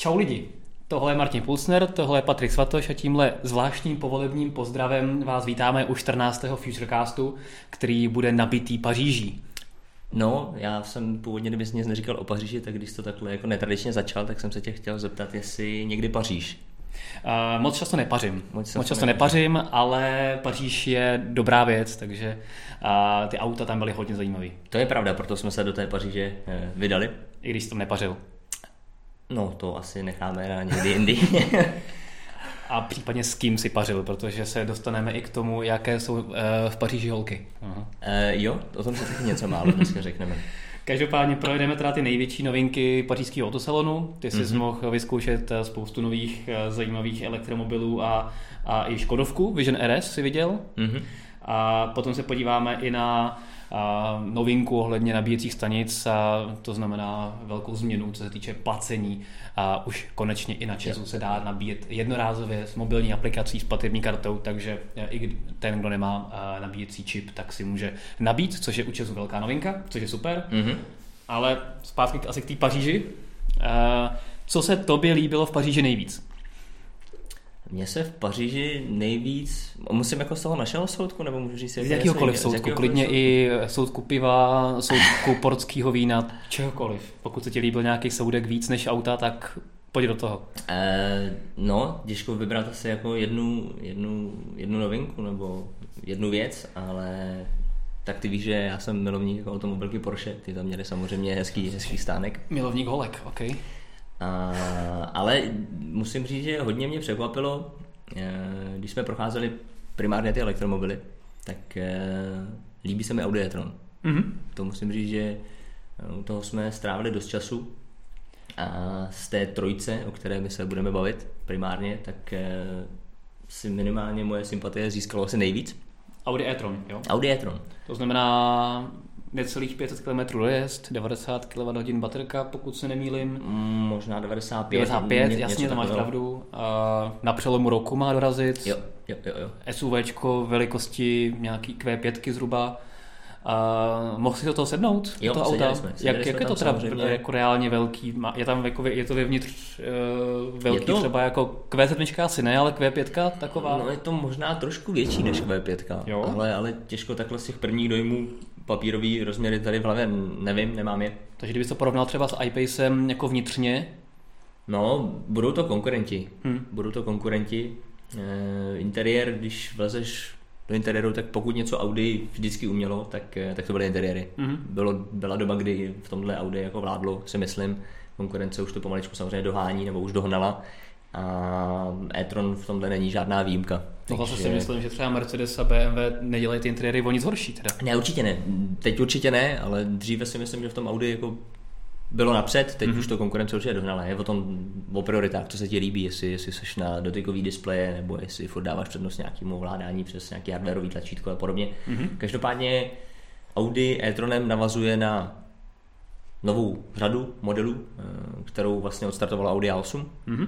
Čau lidi, tohle je Martin Pulsner, tohle je Patrik Svatoš a tímhle zvláštním povolebním pozdravem vás vítáme u 14. Futurecastu, který bude nabitý Paříží. No, já jsem původně, kdybys nic neříkal o Paříži, tak když to takhle jako netradičně začal, tak jsem se tě chtěl zeptat, jestli někdy Paříž. Moc často nepařím. Moc často nepařím, ale Paříž je dobrá věc, takže ty auta tam byly hodně zajímavé. To je pravda, proto jsme se do té Paříže vydali. I když jsem nepařil. No, to asi necháme na někdy jindy. A případně s kým si pařil, protože se dostaneme i k tomu, jaké jsou v Paříži holky. Jo, o tom se taky něco málo dneska řekneme. Každopádně projedeme teda ty největší novinky pařížského autosalonu. Ty jsi mohl vyzkoušet spoustu nových zajímavých elektromobilů a i Škodovku, Vision RS si viděl. A potom se podíváme i na novinku ohledně nabíjecích stanic, a to znamená velkou změnu, co se týče placení. A už konečně i na ČEZu se dá nabíjet jednorázově s mobilní aplikací s platební kartou, takže i ten, kdo nemá nabíjecí čip, tak si může nabít, což je u ČEZu velká novinka, což je super. Ale zpátky asi k té Paříži. Co se tobě líbilo v Paříži nejvíc? Mně se v Paříži nejvíc, musím jako z toho našeho soudku, nebo můžu říct... Z jakýhokoliv soudku, klidně i soudku piva, soudku portského vína, čehokoliv. Pokud se ti líbil nějaký soudek víc než auta, tak pojď do toho. No, těžko vybrat asi jako jednu novinku, nebo jednu věc, ale tak ty víš, že já jsem milovník jako automobilky Porsche, ty tam měli samozřejmě hezký stánek. Milovník holek, ok. Ale musím říct, že hodně mě překvapilo, když jsme procházeli primárně ty elektromobily, tak líbí se mi Audi e-tron. To musím říct, že u toho jsme strávili dost času a z té trojce, o které my se budeme bavit primárně, tak si minimálně moje sympatie získalo asi nejvíc. Audi e-tron, jo? Audi e-tron. To znamená necelých 500 km dojezd, 90 kWh baterka, pokud se nemýlim. Možná 95. 95, jasně, to máš pravdu. Na přelomu roku má dorazit. Jo. SUVčko velikosti nějaký Q5 zhruba. Mohl si do toho sednout? Jo, do toho auta? Jak je to teda jako reálně velký? Je tam je to vevnitř velký to, třeba jako Q7 asi ne, ale Q5 taková? No je to možná trošku větší než Q5, ale těžko takhle z těch prvních dojmů papírový rozměry tady v hlavě nevím, nemám je. Takže kdyby to porovnal třeba s iPacem jako vnitřně? No, budou to konkurenti. Interiér, když vlezeš do interiéru, tak pokud něco Audi vždycky umělo, tak to byly interiéry. Byla doba, kdy v tomhle Audi jako vládlo, si myslím. Konkurence už to pomaličku samozřejmě dohání, nebo už dohnala. A e-tron v tomhle není žádná výjimka. No vlastně si myslím, že třeba Mercedes a BMW nedělají ty interiéry o nic horší teda. Ne, určitě ne. Teď určitě ne, ale dříve si myslím, že v tom Audi jako bylo napřed, teď už to konkurence určitě dohnala. Je o prioritách, co se ti líbí, jestli seš na dotykový displeje, nebo jestli furt dáváš přednost nějakému ovládání přes nějaký hardwareový tlačítko a podobně. Každopádně Audi e-tronem navazuje na novou řadu modelů, kterou vlastně odstartovala Audi A8.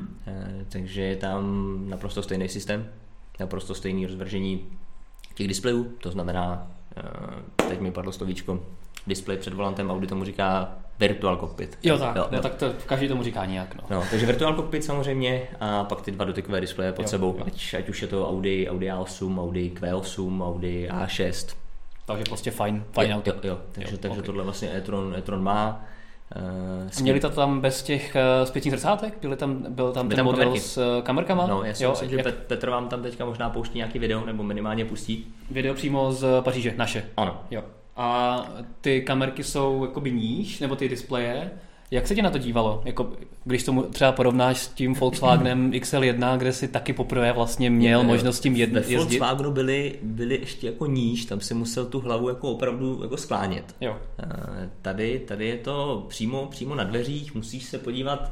Takže je tam naprosto stejný systém, naprosto stejný rozvržení těch displejů, to znamená, teď mi padlo slovíčko, displej před volantem, Audi tomu říká Virtual Cockpit. Tak to každý tomu říká nějak. No, takže Virtual Cockpit samozřejmě a pak ty dva dotykové displeje pod sebou, ať už je to Audi A8, Audi Q8, Audi A6. Takže prostě fajn auto. Takže tohle vlastně e-tron má. Měli to tam bez těch zpětních zrcátek? Byl tam ten model kamerky s kamerkama? No, já si myslím, že Petr vám tam teďka možná pouští nějaký video, nebo minimálně pustí. Video přímo z Paříže, naše. Ano. Jo. A ty kamerky jsou jakoby níž, nebo ty displeje. Jak se tě na to dívalo? Jako, když tomu třeba porovnáš s tím Volkswagenem XL1, kde si taky poprvé vlastně měl možnost tím jezdit. Ve Volkswagenu byly ještě jako níž, tam si musel tu hlavu jako opravdu jako sklánět. Jo. Tady je to přímo na dveřích, musíš se podívat,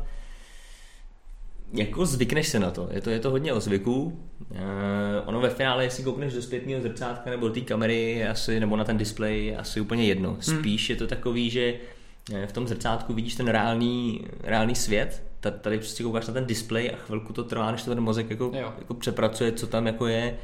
jako zvykneš se na to. Je to hodně o zvyku. Ono ve finále, jestli koukneš do zpětného zrcátka nebo do té kamery nebo na ten displej, je asi úplně jedno. Spíš je to takový, že v tom zrcátku vidíš ten reálný svět, tady prostě koukáš na ten displej a chvilku to trvá, než to ten mozek jako přepracuje, co tam jako je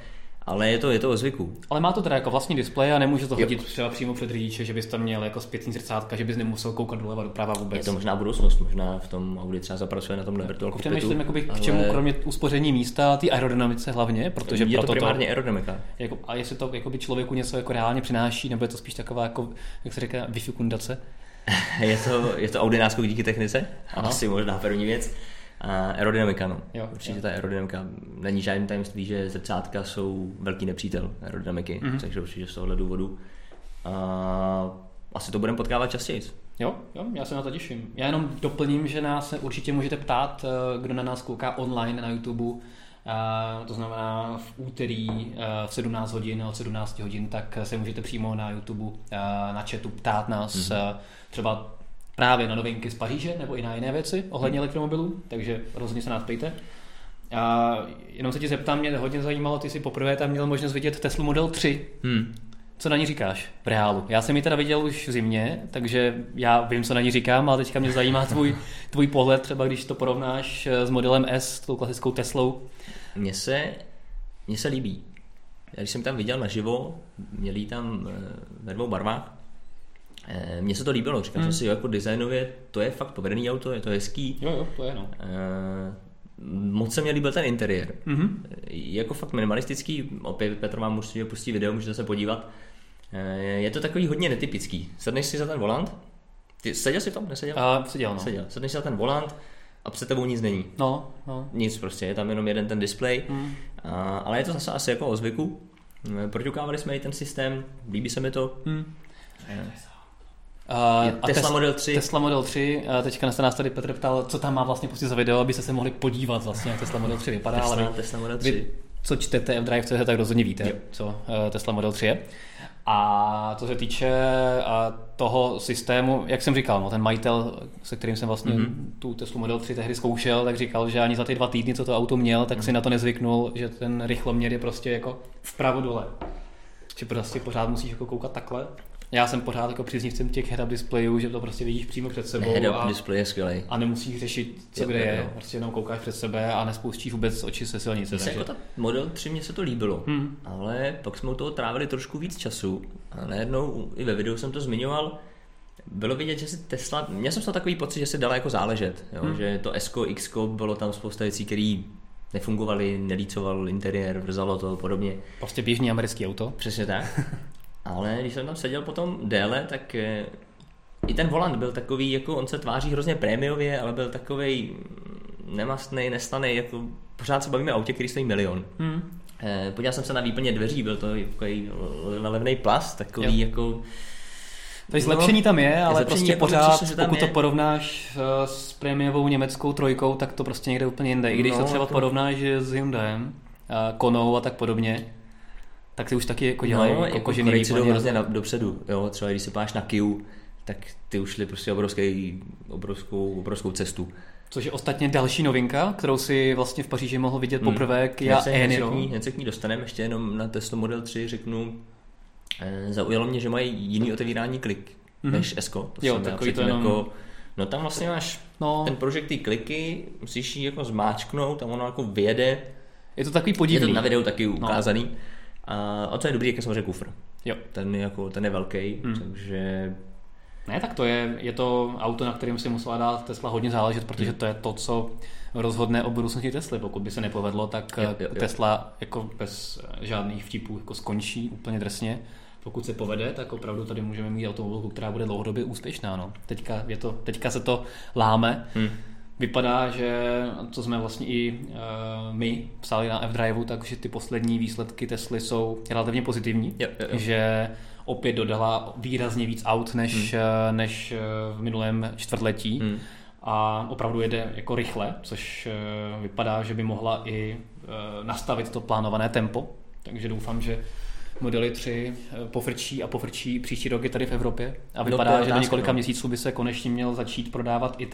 Ale je to o zvyku. Ale má to teda jako vlastní displej a nemůže to hodit třeba přímo před řidiče, že bys tam měl jako zpětný zrcátka, že bys nemusel koukat doleva doprava vůbec. Je to možná budoucnost, možná v tom Audi třeba zapracuje na tomhle virtual cockpitu. Přemýšlím, jakoby, k čemu kromě uspoření místa, ty aerodynamice hlavně, protože je to primárně aerodynamika. Jako, a jestli to jakoby člověku něco jako reálně přináší, nebo je to spíš taková, jako, jak se říká, vyfikundace? je to Audi náskok díky technice, asi možná první věc. A aerodynamika, no. Určitě ta aerodynamika. Není žádný tajemství, že zrcátka jsou velký nepřítel aerodynamiky, takže určitě z tohohle důvodu. Asi to budeme potkávat častěji. Jo, já se na to těším. Já jenom doplním, že nás určitě můžete ptát, kdo na nás kouká online na YouTube, to znamená v úterý v 17 hodin, od 17 hodin, tak se můžete přímo na YouTube na chatu ptát nás třeba právě na novinky z Paříže nebo i na jiné věci ohledně elektromobilů, takže rozhodně se nás ptejte. Jenom se ti zeptám, mě hodně zajímalo, ty jsi poprvé tam měl možnost vidět Teslu Model 3. Co na ní říkáš v reálu? Já jsem ji teda viděl už v zimě, takže já vím, co na ní říkám, ale teďka mě zajímá tvůj pohled, třeba když to porovnáš s modelem S, tou klasickou Teslou. Mně se líbí. Já když jsem tam viděl naživo, měli tam ve dvou barvách. Mně se to líbilo, říkám jsem si, jo, jako designově to je fakt povedený auto, je to hezký. Jo, to je, no. Moc se mě líbil ten interiér. Jako fakt minimalistický, opět Petr vám určitě pustí video, můžete se podívat. Je to takový hodně netypický. Sedneš si za ten volant, ty seděl si v tom, neseděl? Seděl, no. Sedneš si za ten volant a před tebou nic není. No. Nic prostě, je tam jenom jeden ten displej. Ale je to zase asi jako o zvyku. Proťukávali jsme i ten systém, líbí se mi to. Tesla Model 3. Tesla Model 3, teďka se nás tady Petr ptal, co tam má vlastně pustit za video, aby se mohli podívat vlastně, jak Tesla Model 3 vypadá. Tesla Model 3. Vy, co čtete fDrive.cz, tak rozhodně víte, co Tesla Model 3 je. A co se týče toho systému, jak jsem říkal, no, ten majitel, se kterým jsem vlastně tu Teslu Model 3 tehdy zkoušel, tak říkal, že ani za ty 2 týdny, co to auto měl, tak si na to nezvyknul, že ten rychloměr je prostě jako vpravo dole. Že prostě pořád musíš jako koukat takhle. Já jsem pořád jako příznivcem těch head-up displejů, že to prostě vidíš přímo před sebou. Head-up display je skvělej. A nemusíš řešit, co kde je. Prostě jenom koukáš před sebe a nespouštíš vůbec oči se silnice. Takže... Jako ta Model 3 mně se to líbilo, ale pak jsme u toho trávili trošku víc času. A najednou i ve videu jsem to zmiňoval. Bylo vidět, že si Tesla, měl jsem to takový pocit, že se dala jako záležet. Jo? Že to S-ko, X-ko, bylo tam spousta věcí, které nefungovaly, nelícoval interiér, vrzalo to podobně. Prostě běžný americký auto. Přesně tak. Ale když jsem tam seděl potom déle, tak i ten volant byl takový, jako on se tváří hrozně prémiově, ale byl takovej nemastnej, nestanej, jako pořád se bavíme o autě, který stojí 1 000 000. Podíval jsem se na výplně dveří, byl to takový levný plast, takový jako... Takže zlepšení tam je, ale prostě jako pořád, pokud to porovnáš s prémiovou německou trojkou, tak to prostě někde úplně jinde. I když to třeba porovnáš s Hyundaiem, Konou a tak podobně, tak ty už taky jako dělají jako kožený výplně. Hrozně dopředu, jo, třeba když se páš na Kia, tak ty už šli prostě obrovskou cestu. Což je ostatně další novinka, kterou si vlastně v Paříži mohl vidět poprvé, Kia e-Niro. Hned se k ní dostaneme, ještě jenom na Tesla Model 3 řeknu, zaujalo mě, že mají jiný otevírání klik než S-ko. Jo, takový to jenom... jako, no tam vlastně máš ten projektý kliky, musíš ji jako zmáčknout a ono jako vyjede. Je to takový podivný. Je to na videu taky ukázaný. A co je dobrý, jak je samozřejmě kufr. Jo. Ten je velký, takže... Ne, tak je to auto, na kterém si musela dát Tesla hodně záležet, protože to je to, co rozhodne o budoucnosti Tesly. Pokud by se nepovedlo, tak Tesla jako bez žádných vtipů jako skončí úplně drsně. Pokud se povede, tak opravdu tady můžeme mít automobilku, která bude dlouhodobě úspěšná. No. Teďka se to láme. Vypadá, že co jsme vlastně i my psali na fDriveu, takže ty poslední výsledky Tesly jsou relativně pozitivní, že opět dodala výrazně víc aut než v minulém čtvrtletí a opravdu jede jako rychle, což vypadá, že by mohla i nastavit to plánované tempo, takže doufám, že Modely 3 pofrčí příští rok je tady v Evropě a vypadá, že do několika měsíců by se konečně měl začít prodávat i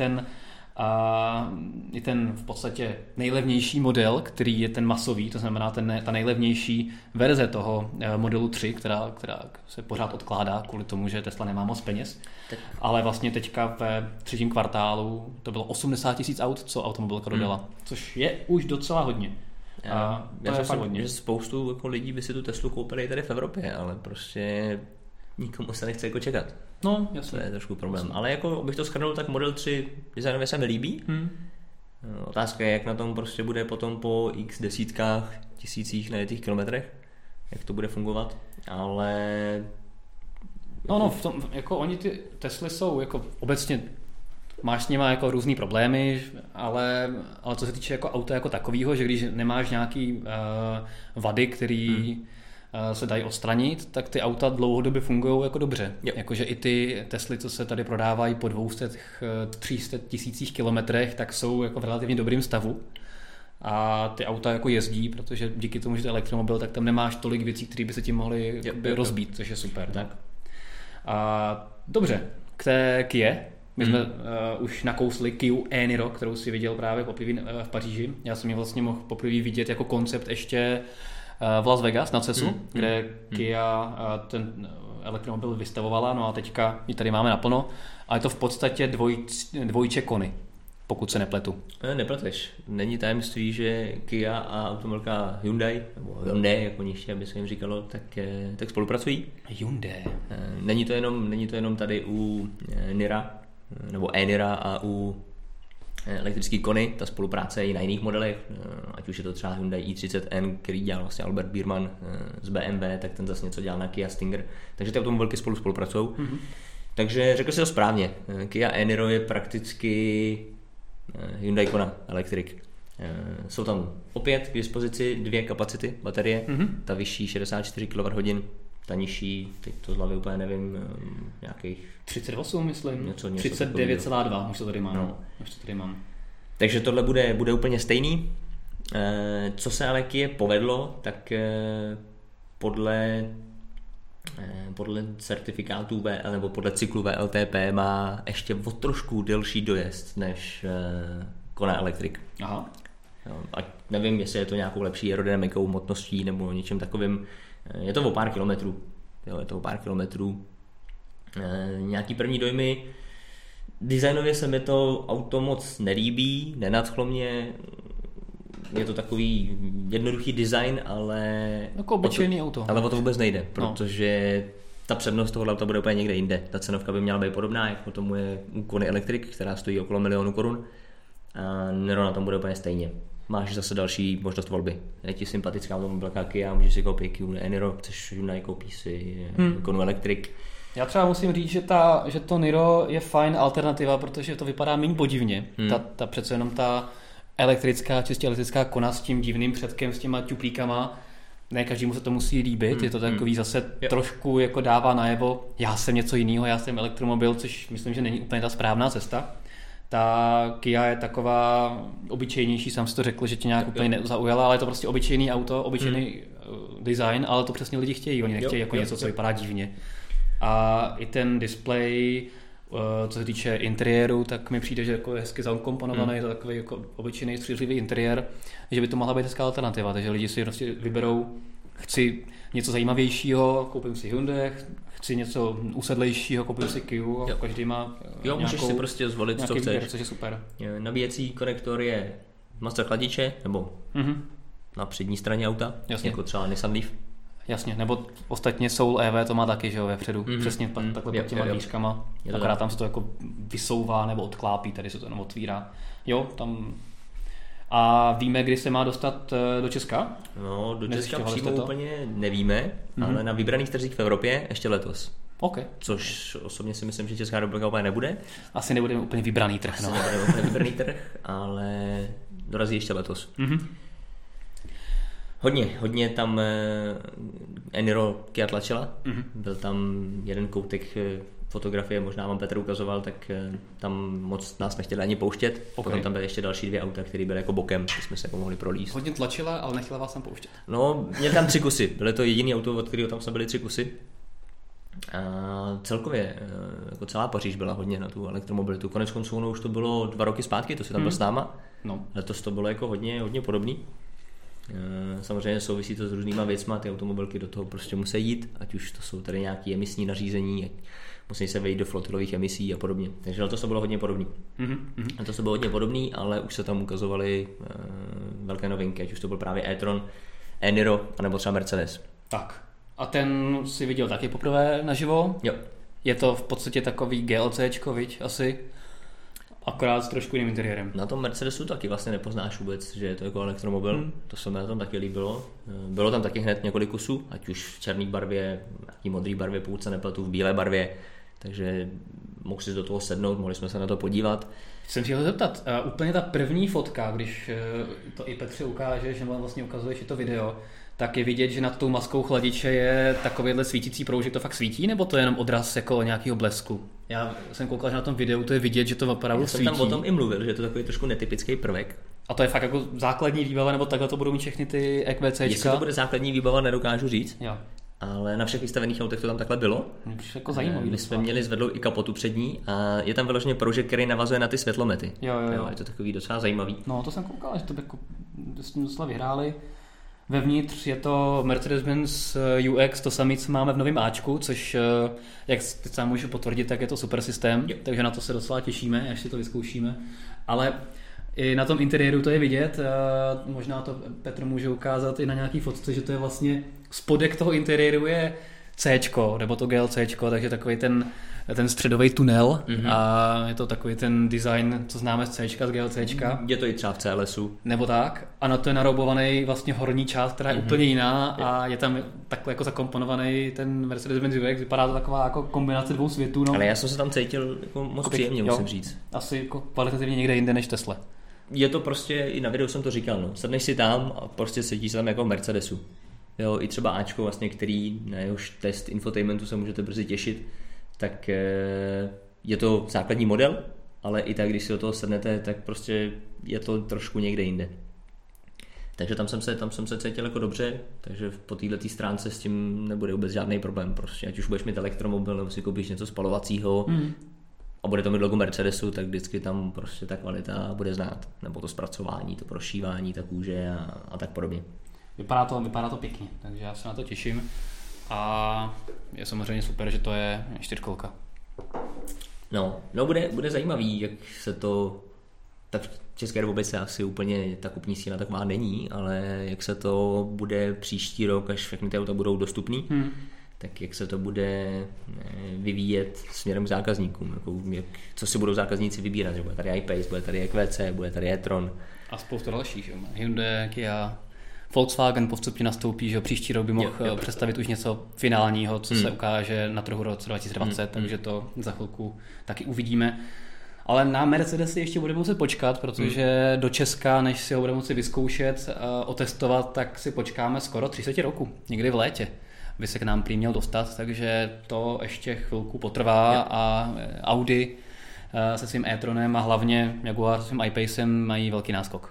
ten v podstatě nejlevnější model, který je ten masový, to znamená ta nejlevnější verze toho modelu 3, která se pořád odkládá kvůli tomu, že Tesla nemá moc peněz. Ale vlastně teďka ve 3. kvartálu to bylo 80 000 aut, co automobilka dodala, což je už docela hodně. A já si myslím, že spoustu jako lidí by si tu Teslu koupili tady v Evropě, ale prostě nikomu se nechce jako čekat. No, jasně. To je trošku problém. Ale jako, abych to shrnul, tak Model 3 designově se mi líbí. Otázka je, jak na tom prostě bude potom po x desítkách, tisících najetých kilometrech, jak to bude fungovat, ale... No, v tom, jako oni ty Tesly jsou jako obecně, máš s nima jako různý problémy, ale co se týče jako auta jako takového, že když nemáš nějaký vady, který se dají odstranit, tak ty auta dlouhodobě fungují jako dobře. Jakože i ty Tesly, co se tady prodávají po 200-300 tisících kilometrech, tak jsou jako v relativně dobrým stavu. A ty auta jako jezdí, protože díky tomu, že to je elektromobil, tak tam nemáš tolik věcí, které by se tím mohly rozbít, což je super. Tak. A dobře, k té Kia. My jsme už nakousli Kia e-Niro, kterou si viděl právě poprvé v Paříži. Já jsem ji vlastně mohl poprvé vidět jako koncept ještě v Las Vegas na CESu, kde Kia ten elektromobil vystavovala, no a teďka ji tady máme naplno. A je to v podstatě dvojče Kony, pokud se nepletu. Nepleteš. Není tajemství, že Kia a automobilka Hyundai, nebo Hyundai, jako nižší, aby se jim říkalo, tak spolupracují. Hyundai. Není to jenom tady u Nira, nebo e-Nira a u elektrický Kony, ta spolupráce je i na jiných modelech, ať už je to třeba Hyundai i30N, který dělal vlastně Albert Biermann z BMW, tak ten zase něco dělal na Kia Stinger, takže ty automobilky spolupracují. Takže řekl si to správně, Kia e-Niro je prakticky Hyundai Kona Electric. Jsou tam opět k dispozici dvě kapacity baterie, ta vyšší 64 kWh, ta nižší, teď to z hlavy úplně nevím, nějakých 38, myslím. Něco 39,2, už to tady mám. Takže tohle bude úplně stejný. Co se ale Kia povedlo, tak podle certifikátů VL nebo podle cyklu VLTP má ještě o trošku delší dojezd než Kona Electric. Aha. A nevím, jestli je to nějakou lepší aerodynamikou, hmotností nebo něčem takovým. Je to o pár kilometrů. Nějaký první dojmy. Designově se mi to auto moc nelíbí, nenadchlo mě. Je to takový jednoduchý design, ale... Jako obyčejný auto. Ale o to vůbec nejde, protože ta přednost tohohle auta bude úplně někde jinde. Ta cenovka by měla být podobná, jako tomu je u Kony Electric, která stojí okolo 1 000 000 korun. A Niro na tom bude úplně stejně. Máš zase další možnost volby. Je ti sympatická automobilka Kia, můžeš si koupit Kia e-Niro, chceš Hyundai, koupíš si Konu Electric. Já třeba musím říct, že to Niro je fajn alternativa, protože to vypadá méně podivně. Ta přece jenom ta čistě elektrická Kona s tím divným předkem, s těma ťuplíkama, ne každému se to musí líbit, je to takový zase trošku jako dává najevo, já jsem něco jiného, já jsem elektromobil, což myslím, že není úplně ta správná cesta. Ta Kia je taková obyčejnější, sám si to řekl, že tě nějak úplně nezaujala, ale je to prostě obyčejný auto, obyčejný design, ale to přesně lidi chtějí, oni nechtějí jako něco, co vypadá divně. A i ten display, co se týče interiéru, tak mi přijde, že jako je hezky zakomponovaný, je to takový jako obyčejný střízlivý interiér, že by to mohla být hezká alternativa, takže lidi si prostě vyberou, chci něco zajímavějšího, koupím si Hyundai, chci něco usedlejšího, koupím si Kia a každý má můžeš si prostě zvolit, co chceš. Výběr, což je super. Nabíjecí konektor je master chladiče, nebo na přední straně auta, jako třeba Nissan Leaf. Jasně, nebo ostatně Soul EV to má taky, že jo, vepředu, přesně takhle pod těma dvířkama, akorát tam se to jako vysouvá nebo odklápí, tady se to jenom otvírá. Jo, tam... A víme, kdy se má dostat do Česka? No, do Česka přímo úplně nevíme, ale na vybraných trzích v Evropě ještě letos. Okay. Což osobně si myslím, že Česká republika úplně nebude. Asi nebudeme úplně vybraný trh. Nebudeme úplně vybraný trh, ale dorazí ještě letos. Hodně tam e-Niro Kia tlačila. Byl tam jeden koutek fotografie, možná vám Petr ukazoval, tak tam moc nás nechtěli ani pouštět. Potom tam byly ještě další dvě auta, které byly jako bokem, že jsme se jako mohli prolíst. Hodně tlačila, ale nechtěla vás tam pouštět. No, měl tam 3 kusy. Bylo to jediný auto, od kterého tam jsme byli 3 kusy. A celkově, jako celá Paříž byla hodně na tu elektromobilitu. Koneckonců už to bylo 2 roky zpátky, to si tam byl s náma. No. Letos to bylo jako hodně podobný. Samozřejmě souvisí to s různýma věcma, ty automobilky do toho prostě musí jít, ať už to jsou tady nějaké emisní nařízení, musí se vejít do flotilových emisí a podobně. Takže to bylo hodně podobný. Ale už se tam ukazovaly velké novinky, ať už to byl právě e-tron, e-Niro, anebo třeba Mercedes. Tak. A ten si viděl taky poprvé naživo? Jo. Je to v podstatě takový GLCčko, viď, asi? Akorát s trošku jiným interiérem. Na tom Mercedesu taky vlastně nepoznáš vůbec, že je to jako elektromobil. To se mi na tom taky líbilo. Bylo tam taky hned několik kusů, ať už v černé barvě, v modré barvě, pokud se nepletu, v bílé barvě. Takže mohl si do toho sednout, mohli jsme se na to podívat. Jsem chtěl zeptat, úplně ta první fotka, když to i Petře ukáže, že vlastně ukazuješ i to video, tak je vidět, že nad tou maskou chladiče je takovýhle svítící proud, že to fakt svítí, nebo to je jenom odraz jako nějakého blesku? Já jsem koukal, že na tom videu to je vidět, že to opravdu svítí. Já jsem tam o tom i mluvil, že je to takový trošku netypický prvek. A to je fakt jako základní výbava, nebo takhle to budou mít všechny ty EQCčka? Jestli to bude základní výbava, nedokážu říct. Jo. Ale na všech vystavených autech to tam takhle bylo. Jako zajímavý. My jsme měli zvedlou i kapotu přední a je tam vyloženě proužek, který navazuje na ty světlomety. Jo. Je to takový docela zajímavý. No, to jsem koukal, že to by jako docela vyhráli. Vevnitř je to Mercedes-Benz UX, to samé, co máme v novém Ačku, což, jak teď sám můžu potvrdit, tak je to super systém, takže na to se docela těšíme, až si to vyzkoušíme. Ale i na tom interiéru to je vidět, možná to Petr může ukázat i na nějaký fotce, že to je vlastně spodek toho interiéru je Cčko, nebo to GLCčko, takže takový ten středový tunel a je to takový ten design, co známe z Cčka, z GLCčka. Je to i třeba v CLSu. Nebo tak. A na to je naroubovaný vlastně horní část, která je úplně jiná a je tam takhle jako zakomponovaný ten Mercedes-Benz UX. Vypadá to taková jako kombinace dvou světů. No. Ale já jsem se tam cítil jako moc příjemně, musím říct. Asi jako kvalitativně někde jinde než Tesla. Je to prostě, i na videu jsem to říkal, no. Sedneš si tam a prostě cítíš se tam jako v Mercedesu. Jo, i třeba Ačko vlastně, který na jehož test infotainmentu se můžete brzy těšit, tak je to základní model, ale i tak, když si do toho sednete, tak prostě je to trošku někde jinde. Takže tam jsem se cítil jako dobře, takže po této stránce s tím nebude vůbec žádný problém. Prostě, ať už budeš mít elektromobil nebo si koupíš něco spalovacího a bude to mít logo Mercedesu, tak vždycky tam prostě ta kvalita bude znát. Nebo to zpracování, to prošívání, ta kůže a tak podobně. Vypadá to pěkně, takže já se na to těším. A je samozřejmě super, že to je 4kolka. No bude zajímavý, jak se to, tak v České republice asi úplně ta kupní síla taková není, ale jak se to bude příští rok, až všechny ty auta budou dostupný, tak jak se to bude vyvíjet směrem k zákazníkům, jako co si budou zákazníci vybírat, že bude tady iPace, bude tady EQC, bude tady e-tron. A spoustu dalších, že? Hyundai, Kia, Volkswagen postupně nastoupí, že příští rok by mohl představit už něco finálního, co se ukáže na trhu roce 2020, takže to za chvilku taky uvidíme. Ale na Mercedes ještě budeme muset počkat, protože do Česka, než si ho budeme moci vyzkoušet, otestovat, tak si počkáme skoro 30 roku, někdy v létě by se k nám prý měl dostat, takže to ještě chvilku potrvá a Audi se svým e-tronem a hlavně Jaguar se svým iPacem mají velký náskok.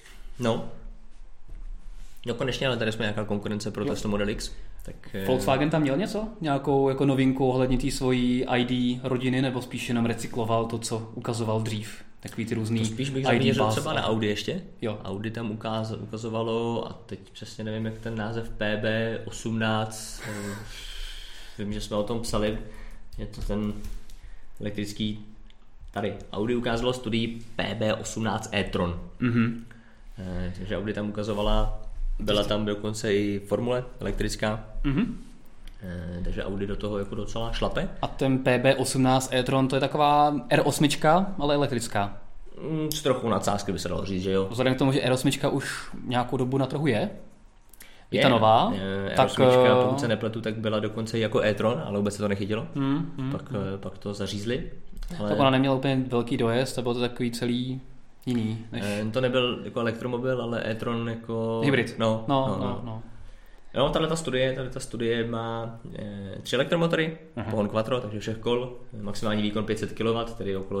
No konečně, ale tady jsme nějaká konkurence pro Tesla Model X. Tak, Volkswagen tam měl něco? Nějakou jako novinku ohledně té svojí ID rodiny, nebo spíš jenom recykloval to, co ukazoval dřív? Takový ty různý to spíš bych zaměřil třeba na Audi ještě. Jo. Audi tam ukazovalo, a teď přesně nevím, jak ten název PB18, vím, že jsme o tom psali, je to ten elektrický, tady Audi ukázalo studii PB18 e-tron. Takže Audi tam ukazovala, byla tam dokonce i formule elektrická, takže Audi do toho jako docela šlape. A ten PB18 e-tron, to je taková R8, ale elektrická? S trochu nadsázky by se dalo říct, že jo. Vzhledem k tomu, že R8 už nějakou dobu na trhu je ta nová. R8, pokud se nepletu, tak byla dokonce i jako e-tron, ale vůbec se to nechytilo. Pak to zařízli. Ale... Tak ona neměla úplně velký dojezd, to bylo to takový celý jiný. Než... To nebyl jako elektromobil, ale e-tron jako... Hybrid. No. Jo, tato studie má 3 elektromotory, pohon quattro, takže všech kol, maximální výkon 500 kW, tedy okolo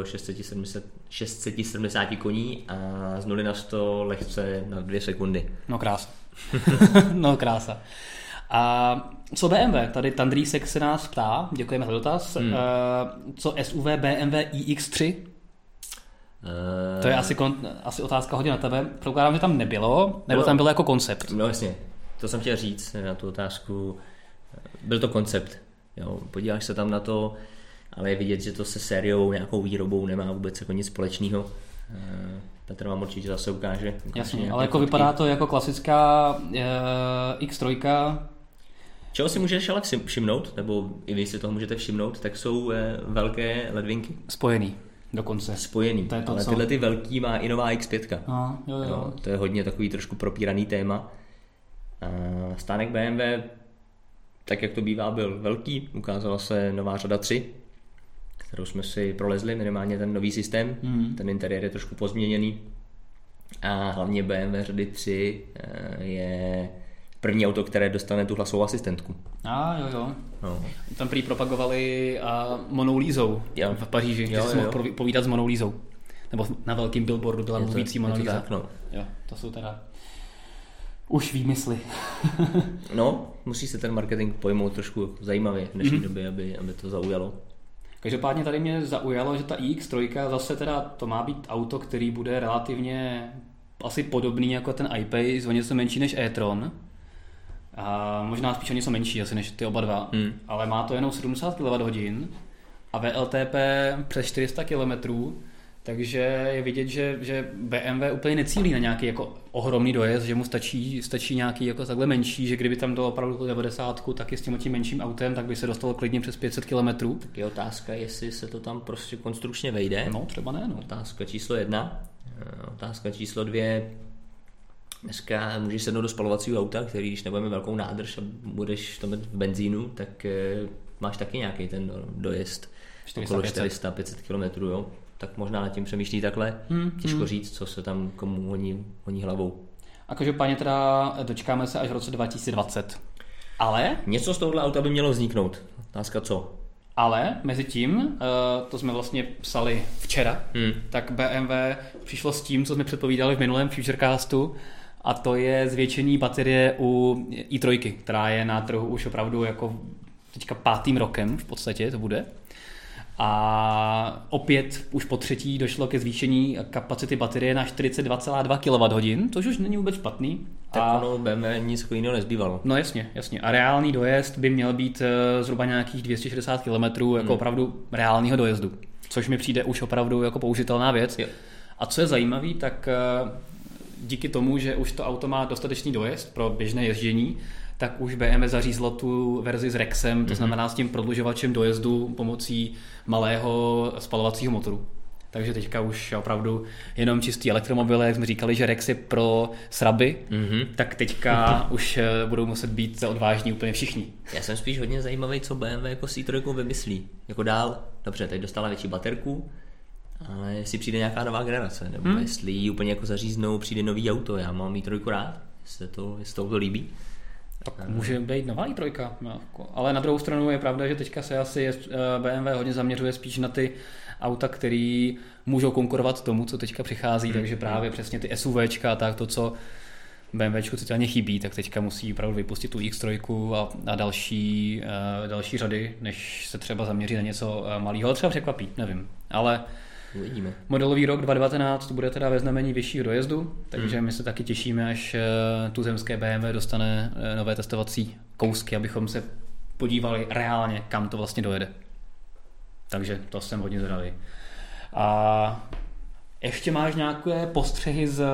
670 koní a z 0 na 100 lehce na 2 sekundy. No krása. A co BMW? Tady Tandrísek se nás ptá, děkujeme za dotaz. Co SUV BMW iX3? To je asi otázka hodně na tebe. Prokládám, že tam nebylo, nebo tam bylo jako koncept. No jasně. To jsem chtěl říct na tu otázku. Byl to koncept. Jo, podíváš se tam na to, ale je vidět, že to se sériou, nějakou výrobou nemá vůbec jako nic společného. Petr vám určitě zase ukáže. Jasně, ale jako vypadá to jako klasická X3. Čeho si můžeš ale všimnout, nebo i vy si toho můžete všimnout, tak jsou velké ledvinky. Spojený dokonce. Spojený, to ale tyhle ty velký má i nová X5. Jo. To je hodně takový trošku propíraný téma. Stánek BMW, tak jak to bývá, byl velký, ukázala se nová řada 3, kterou jsme si prolezli, minimálně ten nový systém, ten interiér je trošku pozměněný a hlavně BMW řady 3 je první auto, které dostane tu hlasovou asistentku. Jo. No. Tam prý propagovali Monou Lízou v Paříži, že jsi mohl povídat s Monou Lízou. Nebo na velkým billboardu byla mluvící Mona Líza. Jo, to jsou teda už výmysly. No, musí se ten marketing pojmout trošku zajímavě v dnešní době, aby to zaujalo. Každopádně tady mě zaujalo, že ta iX3 zase teda to má být auto, který bude relativně asi podobný jako ten iPace, o něco menší než e-tron. A možná spíš o něco menší asi než ty oba dva, ale má to jenom 70 kWh a VLTP přes 400 km, takže je vidět, že BMW úplně necílí na nějaký jako ohromný dojezd, že mu stačí nějaký jako takhle menší, že kdyby tam dalo opravdu 90, tak i s tím menším autem, tak by se dostalo klidně přes 500 km. Tak je otázka, jestli se to tam prostě konstrukčně vejde. No, třeba ne. No. Otázka číslo 1. Otázka číslo 2. Dneska můžeš sednout do spalovacího auta, který když nebudeme velkou nádrž a budeš tam v benzínu, tak máš taky nějaký ten dojezd. 400-500 km, jo. Tak možná nad tím přemýšlí takhle. Těžko říct, co se tam komu honí hlavou. A každopádně teda dočkáme se až v roce 2020. Ale? Něco z tohohle auta by mělo vzniknout. Otázka co? Ale mezi tím, to jsme vlastně psali včera, tak BMW přišlo s tím, co jsme předpovídali v minulém Futurecastu, a to je zvětšení baterie u i3, která je na trhu už opravdu jako teďka 5. rokem v podstatě to bude. A opět už po třetí došlo ke zvýšení kapacity baterie na 42,2 kWh, což už není vůbec špatný. Tak ono BMW nic jiného nezbývalo. No jasně. A reálný dojezd by měl být zhruba nějakých 260 km jako opravdu reálného dojezdu, což mi přijde už opravdu jako použitelná věc. Jo. A co je zajímavý, tak díky tomu, že už to auto má dostatečný dojezd pro běžné ježdění, tak už BMW zařízlo tu verzi s Rexem, to znamená s tím prodlužovačem dojezdu pomocí malého spalovacího motoru. Takže teďka už opravdu jenom čistý elektromobily, jak jsme říkali, že Rex je pro sraby, tak teďka už budou muset být odvážní úplně všichni. Já jsem spíš hodně zajímavý, co BMW jako s i3 vymyslí. Jako dál, dobře, teď dostala větší baterku, ale jestli přijde nějaká nová generace, nebo jestli ji úplně jako zaříznou, přijde nový auto. Já mám i3 rád, jestli to auto líbí. Tak může být nová i3, ale na druhou stranu je pravda, že teďka se asi BMW hodně zaměřuje spíš na ty auta, které můžou konkurovat tomu, co teďka přichází, takže právě přesně ty SUVčka a tak to, co BMWčku citelně chybí, tak teďka musí opravdu vypustit tu X3 a další řady, než se třeba zaměří na něco malého, ale třeba překvapí, nevím, ale uvidíme. Modelový rok 2019 bude teda ve znamení vyššího dojezdu, takže my se taky těšíme, až tuzemské BMW dostane nové testovací kousky, abychom se podívali reálně, kam to vlastně dojede. Takže to jsem hodně zvědavý. A ještě máš nějaké postřehy z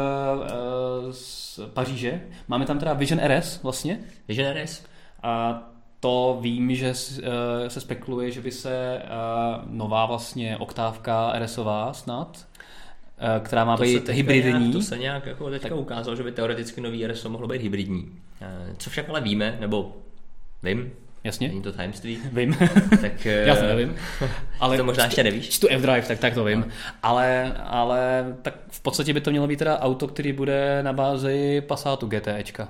Paříže? Máme tam teda Vision RS vlastně. Vision RS. A to vím, že se spekuluje, že by se nová vlastně oktávka RSová snad, která má být hybridní. To se nějak jako teďka ukázalo, že by teoreticky nový RS mohlo být hybridní. Co však ale víme, nebo vím, jasně. Není to tajemství. Vím. Tak, já to nevím. Ale to možná ještě nevíš. Čtu F-Drive, tak to vím. No. Ale tak v podstatě by to mělo být teda auto, který bude na bázi Passatu GTEčka.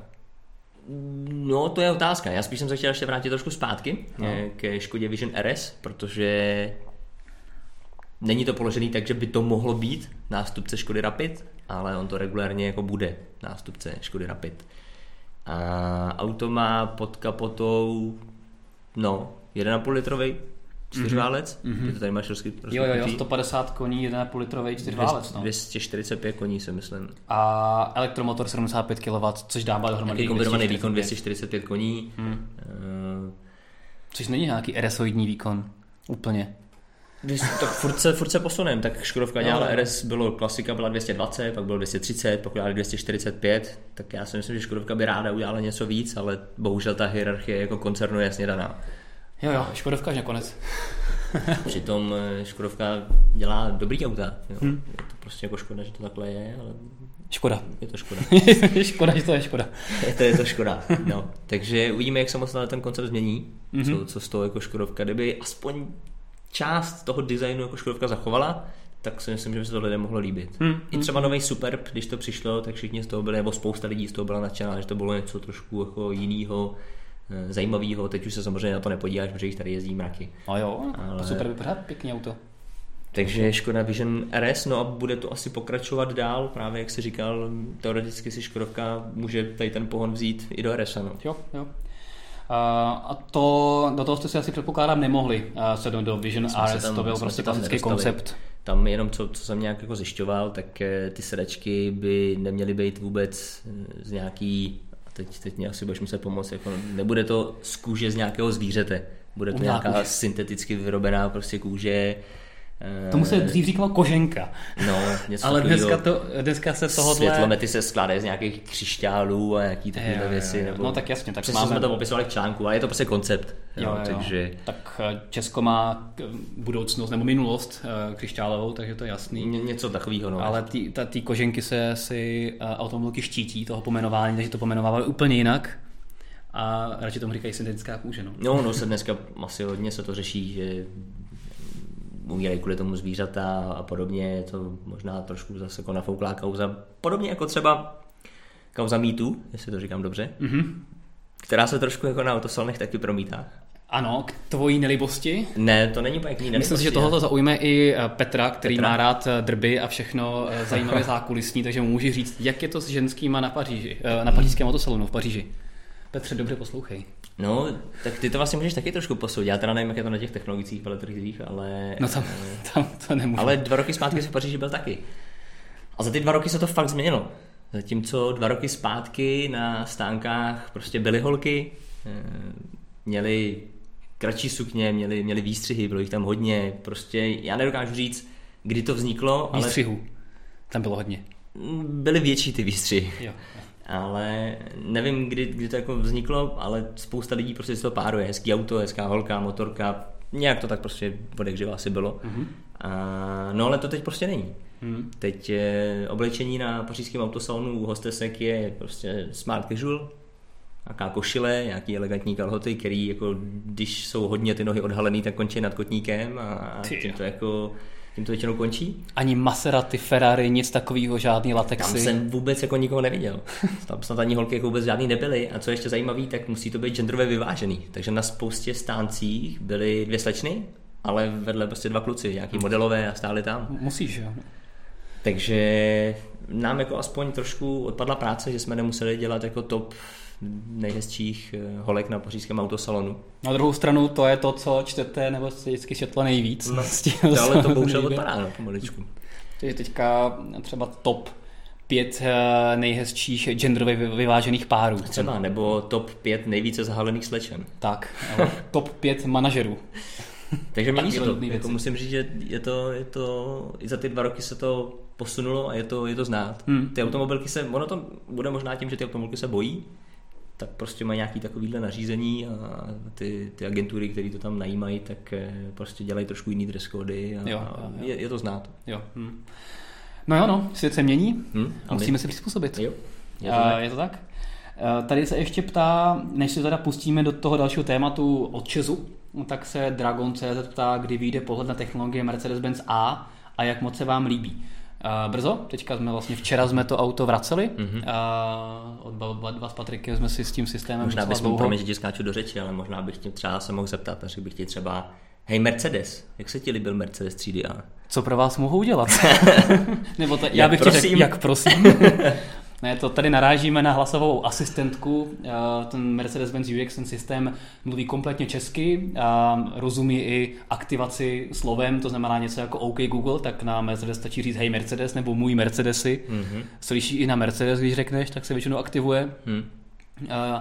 No, to je otázka. Já spíš jsem se chtěl ještě vrátit trošku zpátky ke Škodě Vision RS, protože není to položený tak, že by to mohlo být nástupce Škody Rapid, ale on to regulárně jako bude nástupce Škody Rapid. A auto má pod kapotou 1,5 litrový čtyřválec. Ty to tady máš rozkrytý. Jo, 150 koní, 1,5 litrový čtyřválec. 245 koní si myslím. A elektromotor 75 kW, což dává dohromady kombinovaný výkon 245 koní. Což není nějaký RSoidní výkon. Úplně. Tak furt se posunem, tak Škodovka dělala RS, klasika byla 220, pak bylo 230, pak dělali 245, tak já si myslím, že Škodovka by ráda udělala něco víc, ale bohužel ta hierarchie jako koncernu je jasně daná. Jo, Škodovka až nakonec. Přitom Škodovka dělá dobrý auta. Jo. Je to prostě jako škoda, že to takhle je, ale... Škoda. Je to škoda. Škoda, že to je škoda. Je to škoda. No. Takže uvidíme, jak se moc ten koncept změní, co z toho jako Škodovka. Kdyby aspoň část toho designu jako Škodovka zachovala, tak si myslím, že by se to lidem mohlo líbit. I třeba nový Superb, když to přišlo, tak všichni z toho byli, nebo spousta lidí z toho byla nadšená, že to bylo něco trošku jako jinýho, zajímavého. Teď už se samozřejmě na to nepodíváš, protože jich tady jezdí mraky. A jo, ale... Super vypadá pěkný auto. Takže Škoda Vision RS, no a bude to asi pokračovat dál, právě jak jsi říkal, teoreticky si Škodovka může tady ten pohon vzít i do RS. No. Jo. A to, do toho jste si asi předpokládám nemohli se do Vision RS, to byl prostě klasický koncept. Tam jenom, co jsem nějak jako zjišťoval, tak ty sedačky by neměly být vůbec z nějaký, teď mě asi budeš muset pomoct, jako nebude to z kůže z nějakého zvířete, bude to nějaká synteticky vyrobená prostě kůže. Tomu se dřív říkalo koženka. No, něco ale dneska se tohohle... Světlomety se skládají z nějakých křišťálů a nějaký takovéhle věci. Nebo... No tak jasně. Tak jsme to popisovali v článku, ale je to prostě koncept. Jo. Takže... Tak Česko má budoucnost nebo minulost křišťálovou, takže to je jasný. Něco takového. No. Ale ty koženky se si automobilky štítí toho pomenování, takže to pomenovávají úplně jinak. A radši tomu říkají syntetická kůže. No se dneska asi hodně se to řeší, že umírají kvůli tomu zvířata a podobně, je to možná trošku zase jako nafouklá kauza. Podobně jako třeba kauza MeToo, jestli to říkám dobře, která se trošku jako na autosalonech taky promítá. Ano, k tvojí nelibosti? Ne, to není pěkný nelibosti. Myslím si, že tohoto zaujme i Petra, který má rád drby a všechno zajímavé zákulisní, takže mu může říct, jak je to s ženskýma na Paříži, na pařížském autosalonu v Paříži. Petře, dobře poslouchej. No, tak ty to vlastně můžeš taky trošku posoudit. Já teda nevím, jak je to na těch technologických veletrzích, ale... No tam to nemůžu. Ale 2 roky zpátky jsem v Paříži byl taky. A za ty 2 roky se to fakt změnilo. Zatímco 2 roky zpátky na stánkách prostě byly holky, měly kratší sukně, měly výstřihy, bylo jich tam hodně. Prostě já nedokážu říct, kdy to vzniklo, ale... Výstřihů. Tam bylo hodně. Byly větší ty výstřihy. Jo. Ale nevím, kdy to jako vzniklo, ale spousta lidí prostě si to páruje. Hezký auto, hezká holka, motorka, nějak to tak prostě odekživa asi bylo. No ale to teď prostě není. Teď oblečení na pařížském autosalonu u hostesek je prostě smart casual, nějaká košile, nějaký elegantní kalhoty, který jako, když jsou hodně ty nohy odhalený, tak končí nad kotníkem a tím to většinou končí. Ani Maserati, Ferrari, nic takového, žádný latexy. Tam jsem vůbec jako nikoho neviděl. Tam snad ani holky jako vůbec žádný nebyly. A co ještě zajímavý, tak musí to být genderově vyvážený. Takže na spoustě stáncích byly 2 slečny, ale vedle prostě 2 kluci, nějaký modelové a stáli tam. Musíš, jo. Takže nám jako aspoň trošku odpadla práce, že jsme nemuseli dělat jako top nejhezčích holek na pařížském autosalonu. Na druhou stranu to je to, co čtete, nebo se vždycky četla nejvíc. No, ale to bohužel odpadá, no, pomaličku. Takže teďka třeba top 5 nejhezčích genderově vyvážených párů. Třeba, nebo top 5 nejvíce zahalených slečen. Tak, top 5 manažerů. Takže mění se to. Jako musím říct, že je to i za ty 2 roky se to posunulo a je to znát. Ty automobilky ono to bude možná tím, že ty automobilky se bojí, tak prostě mají nějaký takovýhle nařízení a ty agentury, které to tam najímají, tak prostě dělají trošku jiný dress cody a je to znát. Jo. No, svět se mění, musíme se přizpůsobit. Jo, je to tak? Tady se ještě ptá, než se teda pustíme do toho dalšího tématu od ČEZu, tak se Dragon.cz ptá, kdy vyjde pohled na technologie Mercedes-Benz A a jak moc se vám líbí. Brzo, teďka včera jsme to auto vraceli, od dva s Patrikem jsme si s tím systémem možná bychom, promiň, že ti skáču do řeči, ale možná bych tě třeba se mohl zeptat, a řekl bych ti třeba, hej Mercedes, jak se ti líbil Mercedes 3DA? Co pro vás mohu udělat? Nebo já bych ti řekl, jak prosím. Ne, to tady narážíme na hlasovou asistentku, ten Mercedes-Benz UX, ten systém mluví kompletně česky, rozumí i aktivaci slovem, to znamená něco jako OK Google, tak na Mercedes stačí říct hej Mercedes nebo můj Mercedesy, slyší i na Mercedes, když řekneš, tak se většinou aktivuje.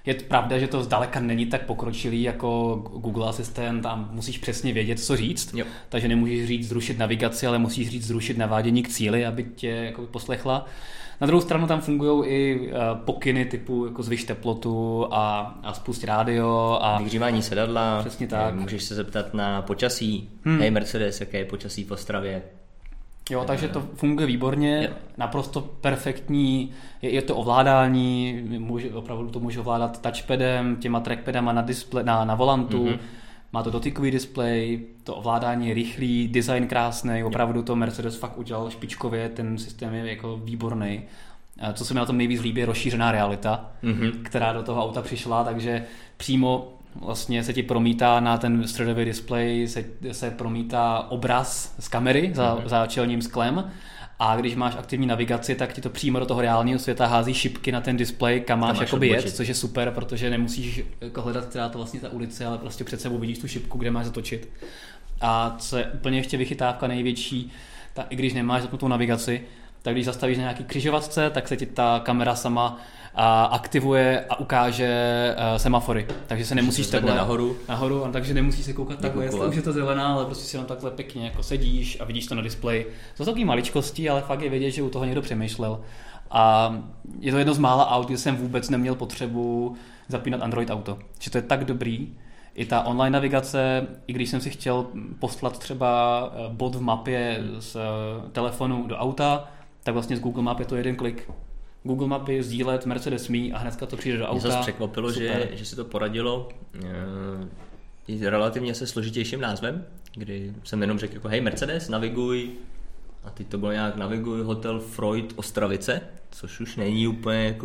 Je pravda, že to zdaleka není tak pokročilý jako Google Asistent a musíš přesně vědět, co říct. Jo. Takže nemůžeš říct zrušit navigaci, ale musíš říct zrušit navádění k cíli, aby tě jako poslechla. Na druhou stranu tam fungují i pokyny typu jako zvyš teplotu a spust rádio a vyhřívání sedadla. Přesně tak. Můžeš se zeptat na počasí. Hej Mercedes, jaké je počasí v Ostravě? Jo, takže to funguje výborně, naprosto perfektní, je to ovládání, opravdu to může ovládat touchpadem, těma trackpadama na volantu, má to dotykový displej, to ovládání je rychlý, design krásný, opravdu to Mercedes fakt udělal špičkově, ten systém je jako výborný. Co se mi na tom nejvíc líbí, je rozšířená realita, která do toho auta přišla, takže přímo vlastně se ti promítá na ten středový displej, se promítá obraz z kamery za čelním sklem a když máš aktivní navigaci, tak ti to přímo do toho reálného světa hází šipky na ten displej, kam máš jakoby jet, což je super, protože nemusíš jako hledat, která to vlastně ta ulice, ale prostě před sebou vidíš tu šipku, kde máš zatočit. A co je úplně ještě vychytávka největší, i když nemáš zapnutou navigaci, tak když zastavíš na nějaký křižovatce, tak se ti ta kamera sama aktivuje a ukáže semafory. Takže se nemusíš takhle nahoru, takže nemusíš se koukat takhle, jestli už je to zelená, ale prostě si jenom takhle pěkně jako sedíš a vidíš to na displeji. To jsou takové maličkosti, ale fakt je vidět, že u toho někdo přemýšlel. A je to jedno z mála aut, kde jsem vůbec neměl potřebu zapínat Android Auto. Že to je tak dobrý. I ta online navigace, i když jsem si chtěl poslat třeba bod v mapě z telefonu do auta, tak vlastně z Google Map je to jeden klik. Google Mapy, sdílet, Mercedes Me a hnedka to přijde do auta. Mě zase překvapilo, že si to poradilo relativně se složitějším názvem, kdy jsem jenom řekl jako hej Mercedes, naviguj a teď to bylo nějak naviguj hotel Freud Ostravice, což už není úplně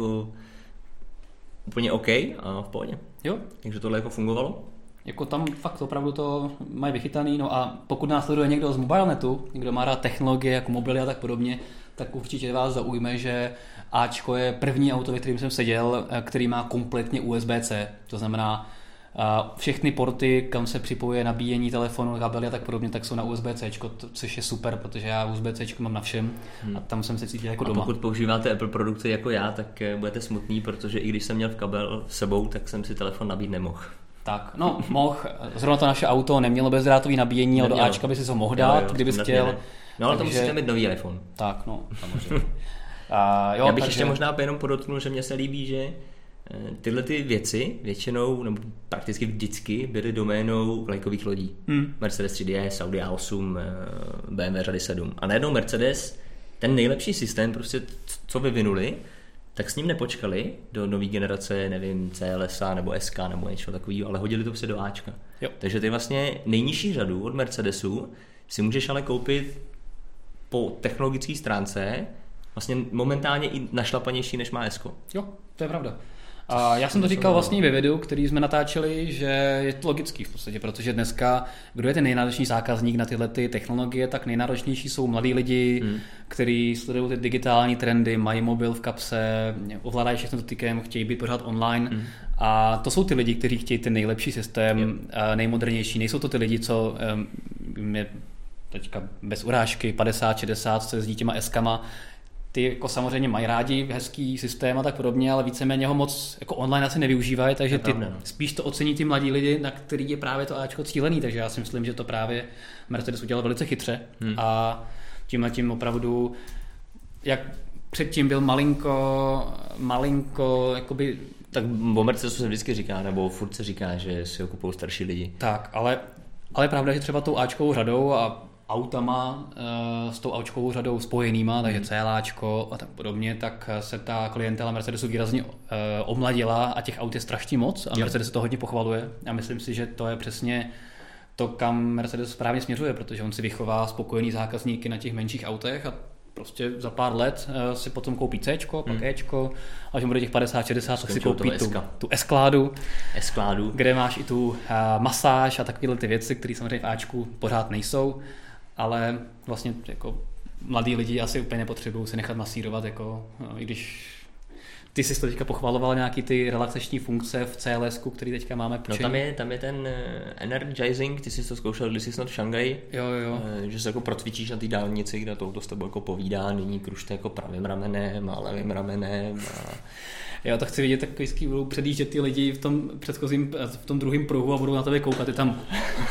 OK a v pohodě. Jo. Takže tohle jako fungovalo. Jako tam fakt opravdu to mají vychytaný, no a pokud nás sleduje někdo z Mobilenetu, někdo má rád technologie jako mobily a tak podobně, tak určitě vás zaujme, že Ačko je první auto, ve kterým jsem seděl, který má kompletně USB-C. To znamená, všechny porty, kam se připojuje nabíjení telefonu, kabely a tak podobně, tak jsou na USB-C, což je super, protože já USB-C mám na všem a tam jsem se cítil jako doma. A pokud používáte Apple produkty jako já, tak budete smutný, protože i když jsem měl v kabel s sebou, tak jsem si telefon nabít nemohl. Tak, no, mohl. Zrovna to naše auto nemělo bezdrátový nabíjení, ale do Ačka by si ho mohl dát, kdybys chtěl. No ale takže... to musíte mít nový iPhone. Tak, no, samozřejmě. Já bych ještě možná jenom podotknul, že mně se líbí, že tyhle ty věci většinou, nebo prakticky vždycky byly doménou vlajkových lodí. Mercedes 3DS, Audi A8, BMW řady 7. A najednou Mercedes, ten nejlepší systém, prostě co vyvinuli, tak s ním nepočkali do nové generace, nevím, CLSA nebo SK nebo něco takového, ale hodili to prostě do Ačka. Jo. Takže ty vlastně nejnižší řadu od Mercedesu si můžeš ale koupit po technologické stránce vlastně momentálně i našlapanější, než má S. Jo, to je pravda. A já jsem to říkal vlastně ve videu, který jsme natáčeli, že je to logický v podstatě, protože dneska, kdo je ten nejnáročnější zákazník na tyhle ty technologie, tak nejnáročnější jsou mladí lidi, kteří sledují ty digitální trendy, mají mobil v kapse, ovládají všechno dotykem, chtějí být pořád online. A to jsou ty lidi, kteří chtějí ten nejlepší systém, nejmodernější. Nejsou to ty lidi, co je teďka bez urážky 50-60 se jezdí těma S-kama. Ty jako samozřejmě mají rádi hezký systém a tak podobně, ale víceméně ho moc jako online asi nevyužívají, takže ty spíš to ocení ty mladí lidi, na který je právě to Ačko cílený, takže já si myslím, že to právě Mercedes udělal velice chytře a tímhletím opravdu, jak předtím byl malinko jakoby... Tak o Mercedesu se vždycky říká, nebo furt se říká, že si ho kupují starší lidi. Tak, ale je pravda, že třeba tou Ačkovou řadou a autama s tou Ačkovou řadou spojenýma, takže CLAčko a tak podobně, tak se ta klientela Mercedesu výrazně omladila a těch aut je strašně moc a Mercedes se to hodně pochvaluje a myslím si, že to je přesně to, kam Mercedes správně směřuje, protože on si vychová spokojený zákazníky na těch menších autech a prostě za pár let si potom koupí Cčko, pak Ečko a že bude těch 50-60, tak si koupí tu S-kládu, kde máš i tu masáž a takovéhle ty věci, které samozřejmě v Ačku pořád nejsou. Ale vlastně jako mladí lidi asi úplně nepotřebují se nechat masírovat, jako, i když ty jsi to teďka pochvaloval nějaký ty relaxační funkce v CLS-ku, který teďka máme počení. No tam je ten energizing, ty jsi to zkoušel, když jsi snad v Šanghaji, že se jako procvičíš na té dálnici, kde to s tebou jako povídá, nyní kružte jako pravým ramenem a levým ramenem Já to chci vidět, tak vždycky budou předjíždět ty lidi v tom předchozím, v tom druhém pruhu a budou na tebe koukat, ty tam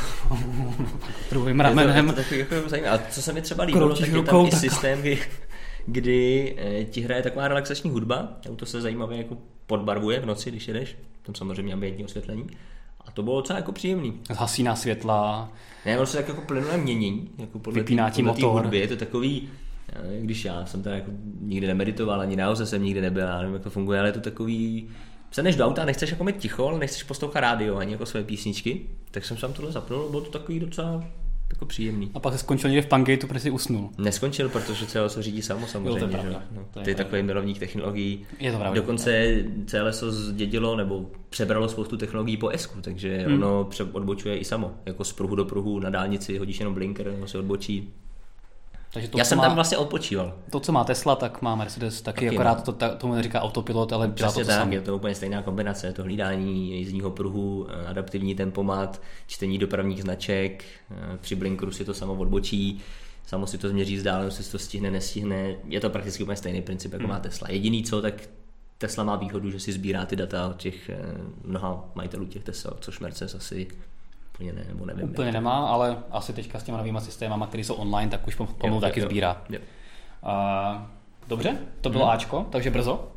druhým ramenem. A co se mi třeba líbilo, tak je tam i systém, kdy ti hraje taková relaxační hudba, to se zajímavě jako podbarvuje v noci, když jedeš, tam samozřejmě ambientní osvětlení. A to bylo docela jako příjemný. Zhasíná světla. Ne, ono se tak jako plynule mění, jako podle té hudby, je to takový, když já jsem teda jako nikdy nemeditoval, ani nahoře jsem nikdy nebyl, já nevím, jak to funguje, ale je to takový, sedneš do auta, nechceš jako mít ticho, ale nechceš poslouchat rádio, ani jako své písničky, tak jsem tam tohle zapnul, bylo to takový docela jako příjemný. A pak se skončil někde v Pangeitu, protože jsi usnul. Neskončil, protože CLSO řídí samozřejmě. Jo, to je no, ty takový milovník technologií. Je to pravda. Dokonce CLSO zdědilo nebo přebralo spoustu technologií po ESku, takže ono odbočuje i samo. Jako z pruhu do pruhu na dálnici hodíš jenom blinker, ono se odbočí. Takže to, já jsem tam vlastně odpočíval. To, co má Tesla, tak má Mercedes taky akorát tomu neříká autopilot, ale dělá to tak, samé. Je to úplně stejná kombinace, to hlídání jízdního pruhu, adaptivní tempomat, čtení dopravních značek, při blinkeru si to samo odbočí, samo si to změří vzdálenost, si to stihne, nestihne, je to prakticky úplně stejný princip, jako má Tesla. Jediný co, tak Tesla má výhodu, že si sbírá ty data od těch mnoha majitelů těch Tesla, což Mercedes asi ne, nebo nevím. Úplně nemá, ale asi teďka s těma novýma systémama, které jsou online, tak už pomalu taky sbírá. Dobře, to bylo Ačko, takže brzo.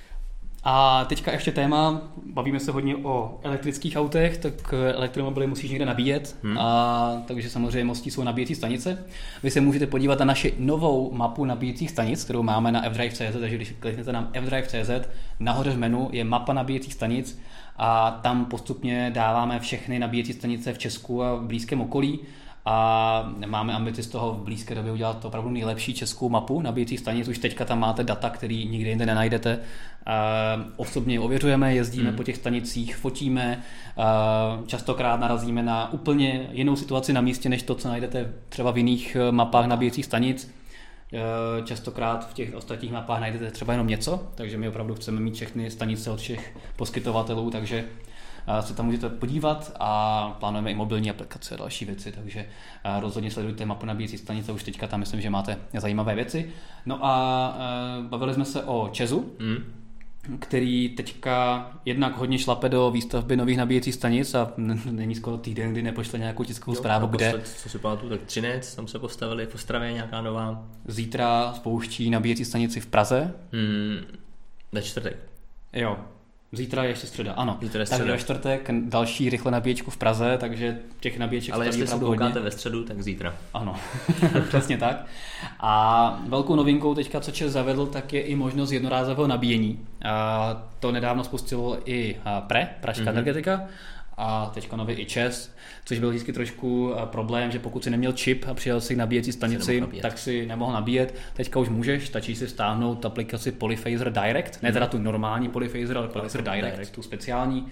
A teďka ještě téma, bavíme se hodně o elektrických autech, tak elektromobily musíš někde nabíjet, takže samozřejmě mostí jsou nabíjecí stanice. Vy se můžete podívat na naši novou mapu nabíjecích stanic, kterou máme na fdrive.cz, takže když kliknete na fdrive.cz, nahoře v menu je mapa nabíjecích stanic a tam postupně dáváme všechny nabíjecí stanice v Česku a v blízkém okolí. A máme ambici z toho v blízké době udělat opravdu nejlepší českou mapu nabíjecích stanic. Už teďka tam máte data, které nikde jinde nenajdete. Osobně ověřujeme, jezdíme po těch stanicích, fotíme, častokrát narazíme na úplně jinou situaci na místě, než to, co najdete třeba v jiných mapách nabíjecích stanic. Častokrát v těch ostatních mapách najdete třeba jenom něco, takže my opravdu chceme mít všechny stanice od všech poskytovatelů, takže se tam můžete podívat a plánujeme i mobilní aplikace a další věci, takže rozhodně sledujte mapu nabíjecí stanice, už teďka tam myslím, že máte zajímavé věci. No a bavili jsme se o ČEZu, který teďka jednak hodně šlape do výstavby nových nabíjecích stanic a není skoro týden, kdy nepošle nějakou tiskovou zprávu, kde... Co si pamatuju, tak Třinec, tam se postavili, v Ostravě nějaká nová. Zítra spouští nabíjecí stanici v Praze. Ve čtvrtek. Jo. Zítra je ještě středa, ano. Takže ve čtvrtek další rychle nabíječku v Praze, takže těch nabíječek ale staví opravdu hodně. Ale jestli se koukáte ve středu, tak zítra. Ano, přesně tak. A velkou novinkou teďka, co ČEZ zavedl, tak je i možnost jednorázového nabíjení. A to nedávno spustilo i Pražská energetika, a teďka nově i ČEZ, což byl vždycky trošku problém, že pokud si neměl čip a přijel si k nabíjecí stanici, tak si nemohl nabíjet. Teďka už můžeš, stačí si stáhnout aplikaci Polyphaser Direct, ne teda tu normální Polyphaser, ale Polyphaser Direct, tu speciální.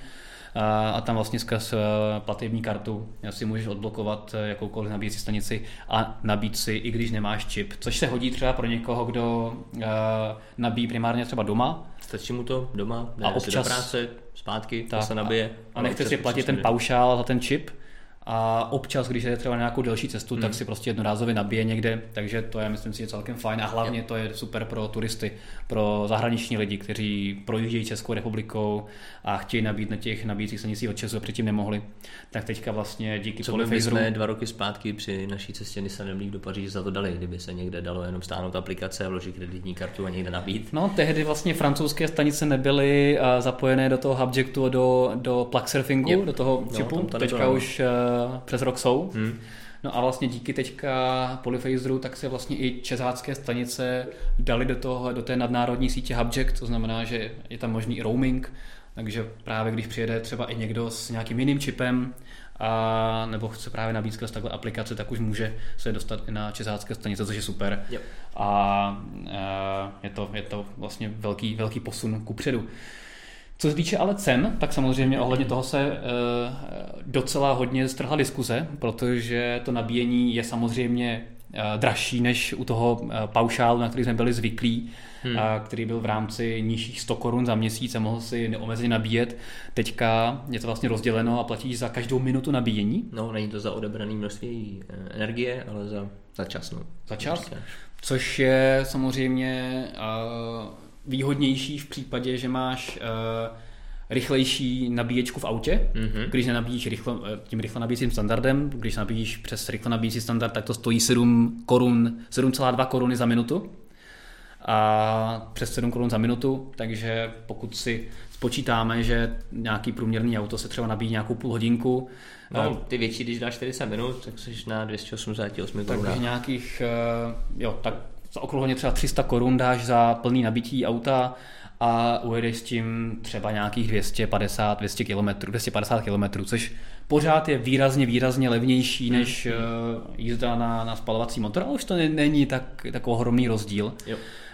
A tam vlastně skrz platební kartu si můžeš odblokovat jakoukoliv nabíjecí stanici a nabít si, i když nemáš čip. Což se hodí třeba pro někoho, kdo nabíjí primárně třeba doma. Stačí mu to doma, a občas do práce, zpátky, to se nabije. A nechce si platit ten paušál za ten čip. A občas, když je třeba na nějakou delší cestu, tak si prostě jednorázově nabije někde, takže to je, myslím si, celkem fajn a hlavně to je super pro turisty, pro zahraniční lidi, kteří projíždějí Českou republikou a chtějí nabít na těch nabíjecích stanicích od ČEZu a předtím nemohli. Tak teďka vlastně díky Polyphaseru... Co jsme 2 roky zpátky při naší cestě Nissan Leaf do Paříže za to dali, kdyby se někde dalo jenom stáhnout aplikace, vložit kreditní kartu a někde nabít? No, tehdy vlastně francouzské stanice nebyly zapojené do toho Hubjectu, do Plugsurfingu, do toho čipu, teďka už přes rok jsou. No a vlastně díky teďka Polyphaseru tak se vlastně i čezácké stanice dali do té nadnárodní sítě Hubject, to znamená, že je tam možný i roaming, takže právě když přijede třeba i někdo s nějakým jiným čipem nebo chce právě nabít skrz takhle aplikace, tak už může se dostat i na čezácké stanice, což je super. Yep. A je to vlastně velký posun kupředu. Co se týče ale cen, tak samozřejmě ohledně toho se docela hodně strhla diskuze, protože to nabíjení je samozřejmě dražší než u toho paušálu, na který jsme byli zvyklí, který byl v rámci nižších 100 korun za měsíc a mohl si neomezeně nabíjet. Teďka je to vlastně rozděleno a platíš za každou minutu nabíjení. No, není to za odebrané množství energie, ale za čas. No. Za čas, což je samozřejmě výhodnější v případě, že máš rychlejší nabíječku v autě, když nenabíjíš tím rychle nabíjecím standardem, když nabíjíš přes rychle nabíjecí standard, tak to stojí 7,2 koruny za minutu. A přes 7 korun za minutu, takže pokud si spočítáme, že nějaký průměrný auto se třeba nabíjí nějakou půl hodinku. No, ty větší, když dáš 40 minut, tak jsi na 288 korun. Takže nějakých, tak zaokrouhleně třeba 300 korun dáš za plný nabití auta a ujedeš s tím třeba nějakých 250 km, což pořád je výrazně levnější než jízda na spalovací motor, ale už to není tak ohromný rozdíl. Jo.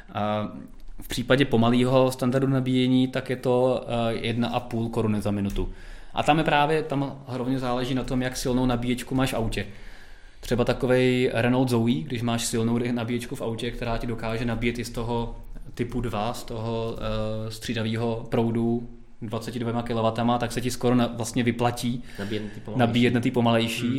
V případě pomalého standardu nabíjení tak je to 1,5 koruny za minutu. A tam hlavně záleží na tom, jak silnou nabíječku máš v autě. Třeba takovej Renault Zoe, když máš silnou nabíječku v autě, která ti dokáže nabíjet i z toho typu 2, z toho střídavého proudu 22 kW, tak se ti skoro vlastně vyplatí nabíjet na ty pomalejší,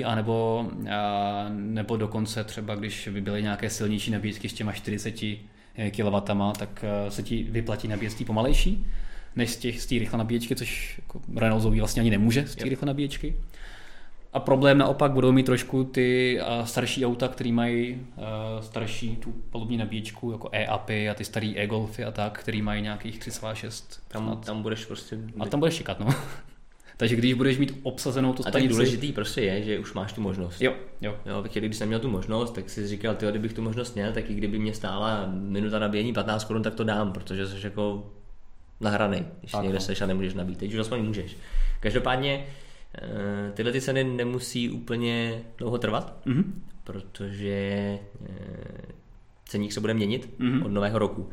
nebo dokonce třeba, když by byly nějaké silnější nabíječky s těma 40 kW, tak se ti vyplatí nabíjet z té pomalejší, než z té rychlé nabíječky, což jako Renault Zoe vlastně ani nemůže z té rychlé nabíječky. A problém naopak budou mít trošku ty starší auta, které mají starší tu palubní nabíječku, jako e-Apy a ty starý e-Golfy a tak, který mají nějakých 3,6. Tam budeš prostě... A tam budeš čekat, no. Takže když budeš mít obsazenou tu stanici... A tak důležitý prostě je, že už máš tu možnost. Jo. Tak když jsem měl tu možnost, tak si říkal, kdybych tu možnost měl, tak i kdyby mě stála minuta nabíjení 15 korun, tak to dám, protože jsi jako nahranej, když někde seš a nemůžeš nabít. Teď už aspoň můžeš. Každopádně tyhle ty ceny nemusí úplně dlouho trvat, protože ceník se bude měnit od nového roku.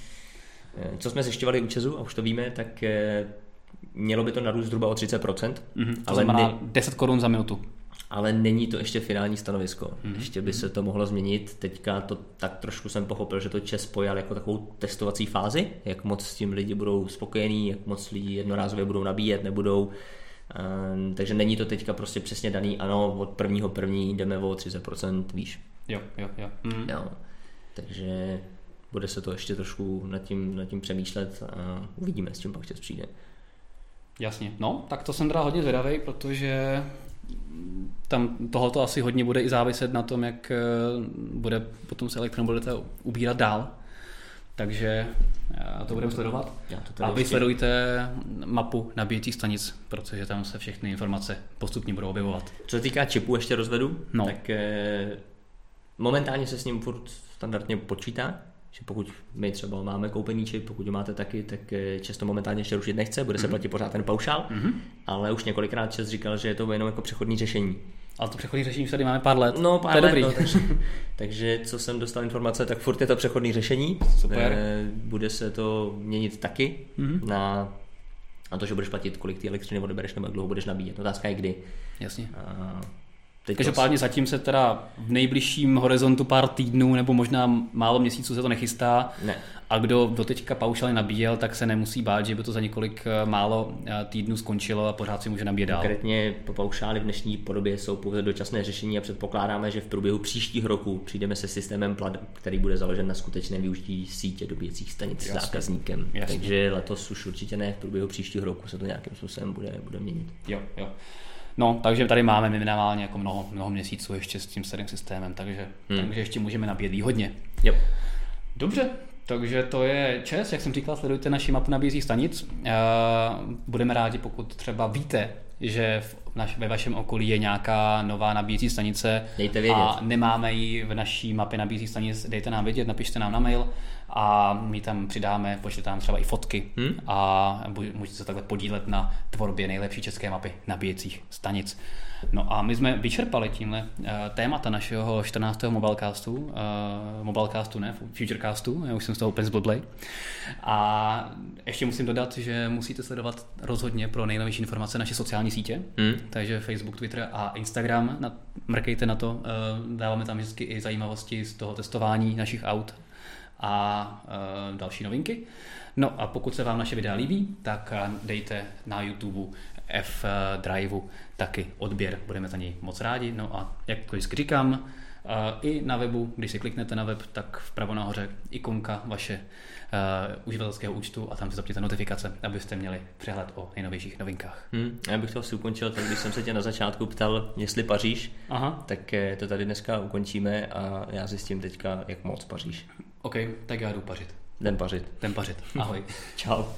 Co jsme zjišťovali u ČEZu, a už to víme, tak mělo by to narůst zhruba o 30%. To znamená 10 korun za minutu. Ale není to ještě finální stanovisko. Ještě by se to mohlo změnit. Teďka to tak trošku jsem pochopil, že to ČEZ pojal jako takovou testovací fázi, jak moc s tím lidi budou spokojení, jak moc lidi jednorázově budou nabíjet, nebudou. Takže není to teďka prostě přesně daný, ano, od 1.1. jdeme o 30% výš. Jo. Jo. Takže bude se to ještě trošku nad tím přemýšlet a uvidíme, s čím pak ČEZ přijde. Jasně, no, tak to jsem teda hodně zvědavej, protože tam tohoto asi hodně bude i záviset na tom, jak bude potom se elektromobilita ubírat dál. Takže to budeme sledovat. A vy sledujte mapu nabíjecích stanic, protože tam se všechny informace postupně budou objevovat. Co se týká čipu, ještě rozvedu, tak momentálně se s ním furt standardně počítá, že pokud my třeba máme koupený čip, pokud ho máte taky, tak ČEZ to momentálně ještě rušit nechce, bude se platit pořád ten paušál, ale už několikrát ČEZ říkal, že je to jenom jako přechodný řešení. Ale to přechodný řešení už tady máme pár let. No, pár let, dobrý. No, takže co jsem dostal informace, tak furt je to přechodný řešení. Super. Bude se to měnit taky na to, že budeš platit, kolik ty elektřiny odebereš nebo jak dlouho budeš nabíjet. Otázka je kdy. Jasně. Každopádně zatím se teda v nejbližším horizontu pár týdnů nebo možná málo měsíců se to nechystá. Ne. A kdo doteďka paušálně nabíjel, tak se nemusí bát, že by to za několik málo týdnů skončilo a pořád si může nabíjet dál. Konkrétně paušály v dnešní podobě jsou pouze dočasné řešení a předpokládáme, že v průběhu příštích roků přijdeme se systémem plateb, který bude založen na skutečném využití sítě dobíjecích stanic s zákazníkem. Jasně. Takže letos už určitě ne, v průběhu příštích roku se to nějakým způsobem bude měnit. Jo. No, takže tady máme minimálně jako mnoho měsíců ještě s tím starým systémem, takže ještě můžeme nabíjet výhodně. Jo. Dobře, takže to je ČEZ, jak jsem říkal, sledujte naši mapu nabíjecích stanic. Budeme rádi, pokud třeba víte, že ve vašem okolí je nějaká nová nabíjecí stanice a nemáme ji v naší mapě nabíjecích stanic, dejte nám vědět, napište nám na mail a my tam přidáme, pošlete tam třeba i fotky a můžete se takhle podílet na tvorbě nejlepší české mapy nabíjecích stanic. No a my jsme vyčerpali tímhle témata našeho 14. mobilecastu, ne, futurecastu, já už jsem z toho úplně zblblej. A ještě musím dodat, že musíte sledovat rozhodně pro nejnovější informace naše sociální sítě, takže Facebook, Twitter a Instagram, mrkejte na to, dáváme tam vždycky i zajímavosti z toho testování našich aut a další novinky. No a pokud se vám naše videa líbí, tak dejte na YouTube F-Driveu taky odběr, budeme za něj moc rádi. No a jak vždycky říkám, I na webu, když si kliknete na web, tak vpravo nahoře ikonka vaše uživatelského účtu a tam si zapněte notifikace, abyste měli přehled o nejnovějších novinkách. Já bych to asi ukončil, tak když jsem se tě na začátku ptal, jestli paříš, tak to tady dneska ukončíme a já zjistím teďka, jak moc paříš. OK, tak já jdu pařit. Jdem pařit. Ahoj. Čau.